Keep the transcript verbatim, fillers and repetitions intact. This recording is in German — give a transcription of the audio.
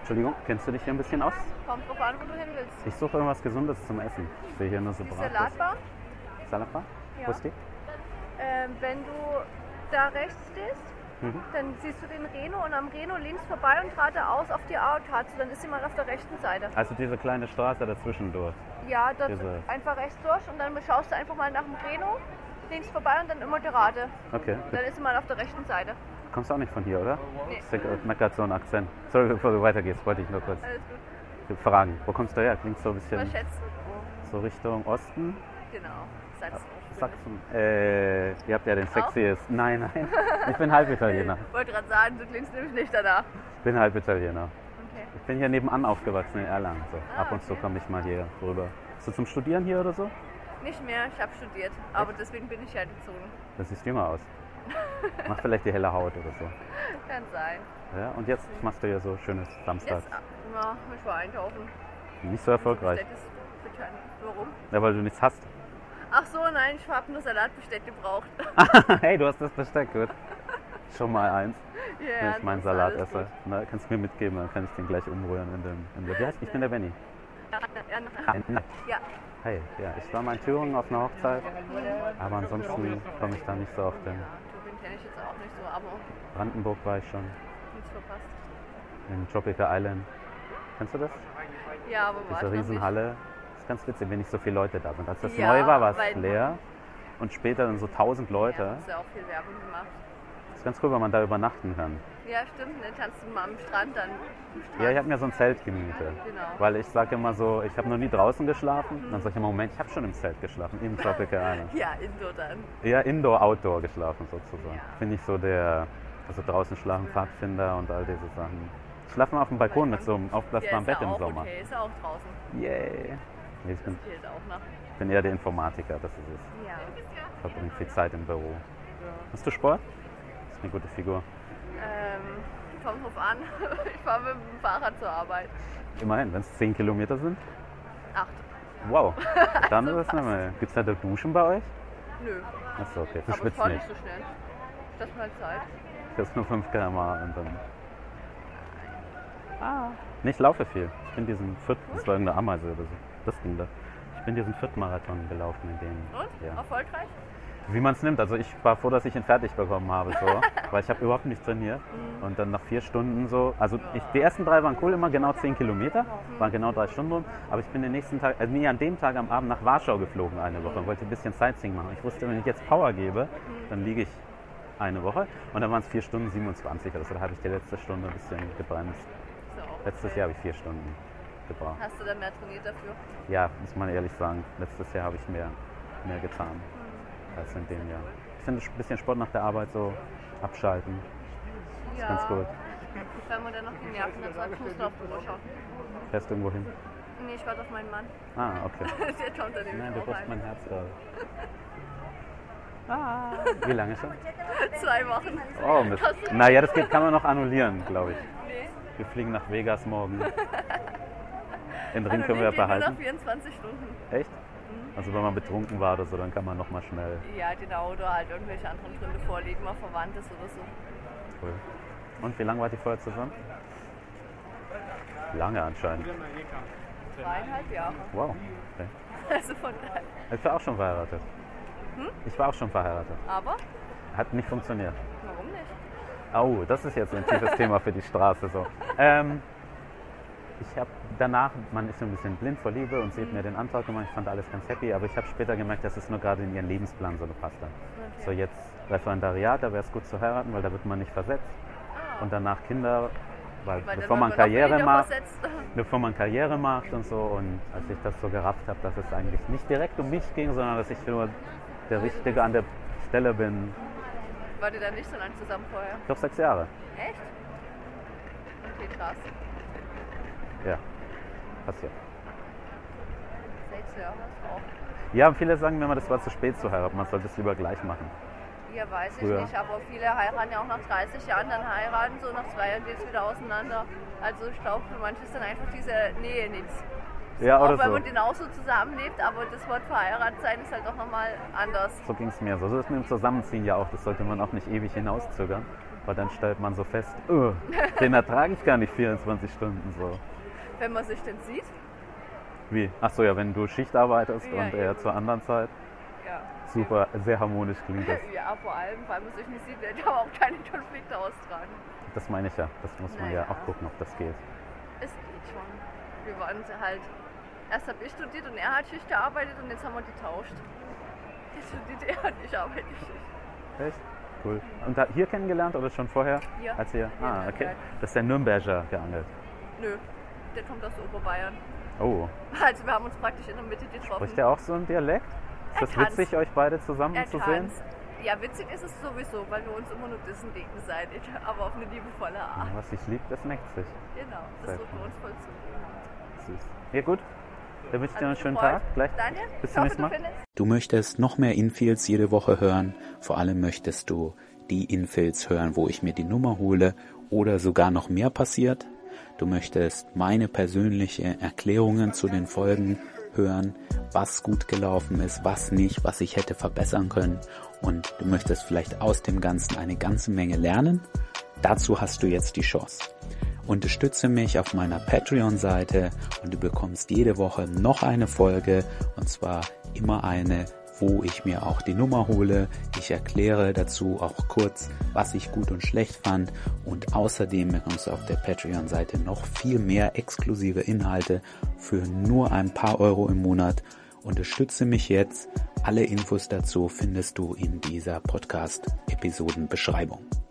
Entschuldigung, kennst du dich hier ein bisschen aus? Kommt drauf an, wo du hin willst. Ich suche irgendwas Gesundes zum Essen. Ich sehe hier nur so Die Bratwurst. Salatbar, Salatbar? Ja. Wo ist die? ähm, wenn du da rechts stehst, Mhm. dann siehst du den Reno und am Reno links vorbei und geradeaus auf die A O K zu, dann ist sie mal auf der rechten Seite. Also diese kleine Straße dazwischen durch. Ja, dort Diese- einfach rechts durch und dann schaust du einfach mal nach dem Reno, links vorbei und dann immer gerade. Okay. Dann ist sie mal auf der rechten Seite. Kommst du auch nicht von hier, oder? Nee. Das merkt gerade so einen Akzent. Sorry, bevor du weitergehst, wollte ich nur kurz Alles gut. fragen. Wo kommst du her? Klingt so ein bisschen Mal schätzen. so Richtung Osten. Genau. Sachsen. Sachsen. Äh, ihr habt ja den sexiest. Nein, nein. Ich bin Halbitaliener. Ich wollte gerade sagen, du klingst nämlich nicht danach. Ich bin Halbitaliener. Okay. Ich bin hier nebenan aufgewachsen in Erlangen. So. Ah, Ab und zu okay. komme ich mal hier rüber. Bist du zum Studieren hier oder so? Nicht mehr, ich habe studiert, aber deswegen bin ich ja gezogen. Das sieht jünger aus. Mach vielleicht die helle Haut oder so. Kann sein. Ja, und jetzt machst du ja so schönes Samstag. Jetzt, ja, ich war einkaufen. Nicht so erfolgreich. Bestelltes Bescheid. Warum? Ja, weil du nichts hast. Ach so, nein, ich habe nur Salatbesteck gebraucht. Hey, du hast das Besteck, gut. Schon mal eins. Ja, Wenn ich meinen das ist Salat alles esse. gut. Na, kannst du mir mitgeben, dann kann ich den gleich umrühren in dem. In der, wie heißt, ich bin der Benny. Ja, ja, ja. Hey, ja, ich war mal in Thüringen auf einer Hochzeit, aber ansonsten komme ich da nicht so auf den. Tübingen kenne ich jetzt auch nicht so, aber Brandenburg war ich schon, nichts verpasst. in Tropical Island. Kennst du das? Ja, aber war Diese ich noch nicht. Riesenhalle. Das ist ganz witzig, wenn nicht so viele Leute da sind. Als das Ja, neu war, war weil- es leer und später dann so tausend Leute. Ja, hast ja auch viel Werbung gemacht. Das ist ganz cool, weil man da übernachten kann. Ja, stimmt, dann kannst du mal am Strand dann. am Strand. Ja, ich habe mir so ein Zelt gemietet. Genau. Weil ich sage immer so, ich habe noch nie draußen geschlafen. Dann sage ich immer, Moment, ich habe schon im Zelt geschlafen, im Tropical Island. Ja, Indoor dann. Ja, Indoor, Outdoor geschlafen sozusagen. Ja. Finde ich so der, also draußen schlafen, Pfadfinder und all diese Sachen. Ich schlafe mal auf dem Balkon mit so einem Ja, aufblasbaren ist ja Bett im auch Sommer. okay, ist ja auch draußen. Yay. Nee, ich bin, Das gilt auch noch. ich bin eher der Informatiker, das ist es. Ja. Verbringe viel Zeit im Büro. Hast du Sport? Das ist eine gute Figur. Ähm, kommt drauf an. Ich fahre mit dem Fahrrad zur Arbeit. Immerhin, wenn es zehn Kilometer sind. Acht. Wow. Dann ist es nicht mehr. Gibt es da Duschen bei euch? Nö. Achso, okay. Du Aber ich schwitzt fahre nicht. nicht so schnell. Das ist mal Zeit. Das ist nur fünf Kilometer pro Stunde und dann. Ah. Nee, ich laufe viel. Ich bin diesen Viert, das war irgendeine Ameise oder so. Das ging da. Ich bin diesen Viertmarathon gelaufen in dem. Und? Ja. Erfolgreich? Wie man es nimmt. Also ich war froh, dass ich ihn fertig bekommen habe, so, weil ich habe überhaupt nicht trainiert. Und dann nach vier Stunden so, also ich, die ersten drei waren cool, immer genau zehn Kilometer, waren genau drei Stunden rum. Aber ich bin den nächsten Tag, also nee, an dem Tag am Abend nach Warschau geflogen eine Woche und wollte ein bisschen Sightseeing machen. Ich wusste, wenn ich jetzt Power gebe, dann liege ich eine Woche. Und dann waren es vier Stunden siebenundzwanzig. Also da habe ich die letzte Stunde ein bisschen gebremst. Ist ja auch Letztes okay. Jahr habe ich vier Stunden gebraucht. Hast du dann mehr trainiert dafür? Ja, muss man ehrlich sagen. Letztes Jahr habe ich mehr, mehr getan als in dem Jahr. Ich finde ein bisschen Sport nach der Arbeit so abschalten. Ja. Ganz gut. Wenn man dann noch die Nerven hat, sagt, ich muss noch auf die Uhr schauen. Fährst du irgendwo hin? Nee, ich warte auf meinen Mann. Ah, okay. Der kommt dann nämlich Nein, du auch brichst rein. mein Herz gerade. Ah. Wie lange schon? Zwei Wochen. Oh, Mist. Naja, das geht, kann man noch annullieren, glaube ich. Nee. Wir fliegen nach Vegas morgen. Den Ring Also können wir geht nur nach behalten. vierundzwanzig Stunden. Echt? Also wenn man betrunken war oder so, dann kann man noch mal schnell. Ja, genau. Oder halt irgendwelche anderen Gründe vorliegen, mal Verwandtes oder so. Cool. Und wie lange wart ihr vorher zusammen? Lange anscheinend. Dreieinhalb Jahre. Wow. Okay. Also von daher. Ich war auch schon verheiratet. Hm? Ich war auch schon verheiratet. Aber Hat nicht funktioniert. warum nicht? Oh, das ist jetzt ein tiefes Thema für die Straße. So. Ähm, ich habe danach, man ist so ein bisschen blind vor Liebe und sieht mir den Antrag gemacht, ich fand alles ganz happy, aber ich habe später gemerkt, dass es nur gerade in ihren Lebensplan so gepasst hat. Okay. So jetzt Referendariat, da wäre es gut zu heiraten, weil da wird man nicht versetzt. Und danach Kinder, weil, Weil bevor dann man wird noch Karriere weniger macht, versetzt. bevor man Karriere macht und so. Und als ich das so gerafft habe, dass es eigentlich nicht direkt um mich ging, sondern dass ich nur der Richtige an der Stelle bin. Wart ihr dann nicht so lange zusammen vorher? Doch sechs Jahre. Echt? Okay, krass. Ja, passiert. Sechs Jahre ist auch. Ja, viele sagen mir immer, das war zu spät zu heiraten, man sollte es lieber gleich machen. Ja, weiß Früher. ich nicht, aber viele heiraten ja auch nach dreißig Jahren, dann heiraten so nach zwei Jahren geht es wieder auseinander. Also ich glaube, für manche ist dann einfach diese Nähe nichts. Ja, Auch oder wenn so. man genauso zusammenlebt, aber das Wort verheiratet sein ist halt auch nochmal anders. So ging es mir so. So ist mit dem Zusammenziehen ja auch. Das sollte man auch nicht ewig hinauszögern. weil dann stellt man so fest, oh, den ertrage ich gar nicht vierundzwanzig Stunden so. Wenn man sich denn sieht? Wie? Achso, ja, wenn du Schicht arbeitest Ja, und er eben. zur anderen Zeit. Ja. Super, sehr harmonisch klingt das. Ja, vor allem, weil man sich nicht sieht, will ich aber auch keine Konflikte austragen. Das meine ich ja. Das muss man Naja. ja auch gucken, ob das geht. Es geht schon. Wir waren halt, erst habe ich studiert und er hat Schicht gearbeitet und jetzt haben wir getauscht. Jetzt studiert er und ich arbeite Schicht. Echt? Cool. Und da, hier kennengelernt oder schon vorher? Ja. Als ihr? Hier Ah, okay. kennengelernt. Das ist der Nürnberger geangelt. Nö, der kommt aus Oberbayern. Oh, Also wir haben uns praktisch in der Mitte getroffen. spricht der auch so einen Dialekt? Ist Er das kann's. witzig, euch beide zusammen Er zu sehen? kann's. Ja, witzig ist es sowieso, weil wir uns immer nur dissen gegenseitig, aber auf eine liebevolle Art. Was sich liebt, das neckt sich. Genau, das Sehr tut cool. bei uns voll zu. Süß. Ja gut, dann wünsche ich dir noch einen Hat mich schönen gefreut. Tag. Gleich. Daniel, Bis ich zum hoffe, nächsten du Mal. findest Du möchtest noch mehr Infills jede Woche hören, vor allem möchtest du die Infills hören, wo ich mir die Nummer hole oder sogar noch mehr passiert. Du möchtest meine persönliche Erklärungen zu den Folgen hören, was gut gelaufen ist, was nicht, was ich hätte verbessern können und du möchtest vielleicht aus dem Ganzen eine ganze Menge lernen. Dazu hast du jetzt die Chance. Unterstütze mich auf meiner Patreon-Seite und du bekommst jede Woche noch eine Folge und zwar immer eine, wo ich mir auch die Nummer hole. Ich erkläre dazu auch kurz, was ich gut und schlecht fand und außerdem bekommst du auf der Patreon-Seite noch viel mehr exklusive Inhalte für nur ein paar Euro im Monat. Unterstütze mich jetzt. Alle Infos dazu findest du in dieser Podcast-Episodenbeschreibung.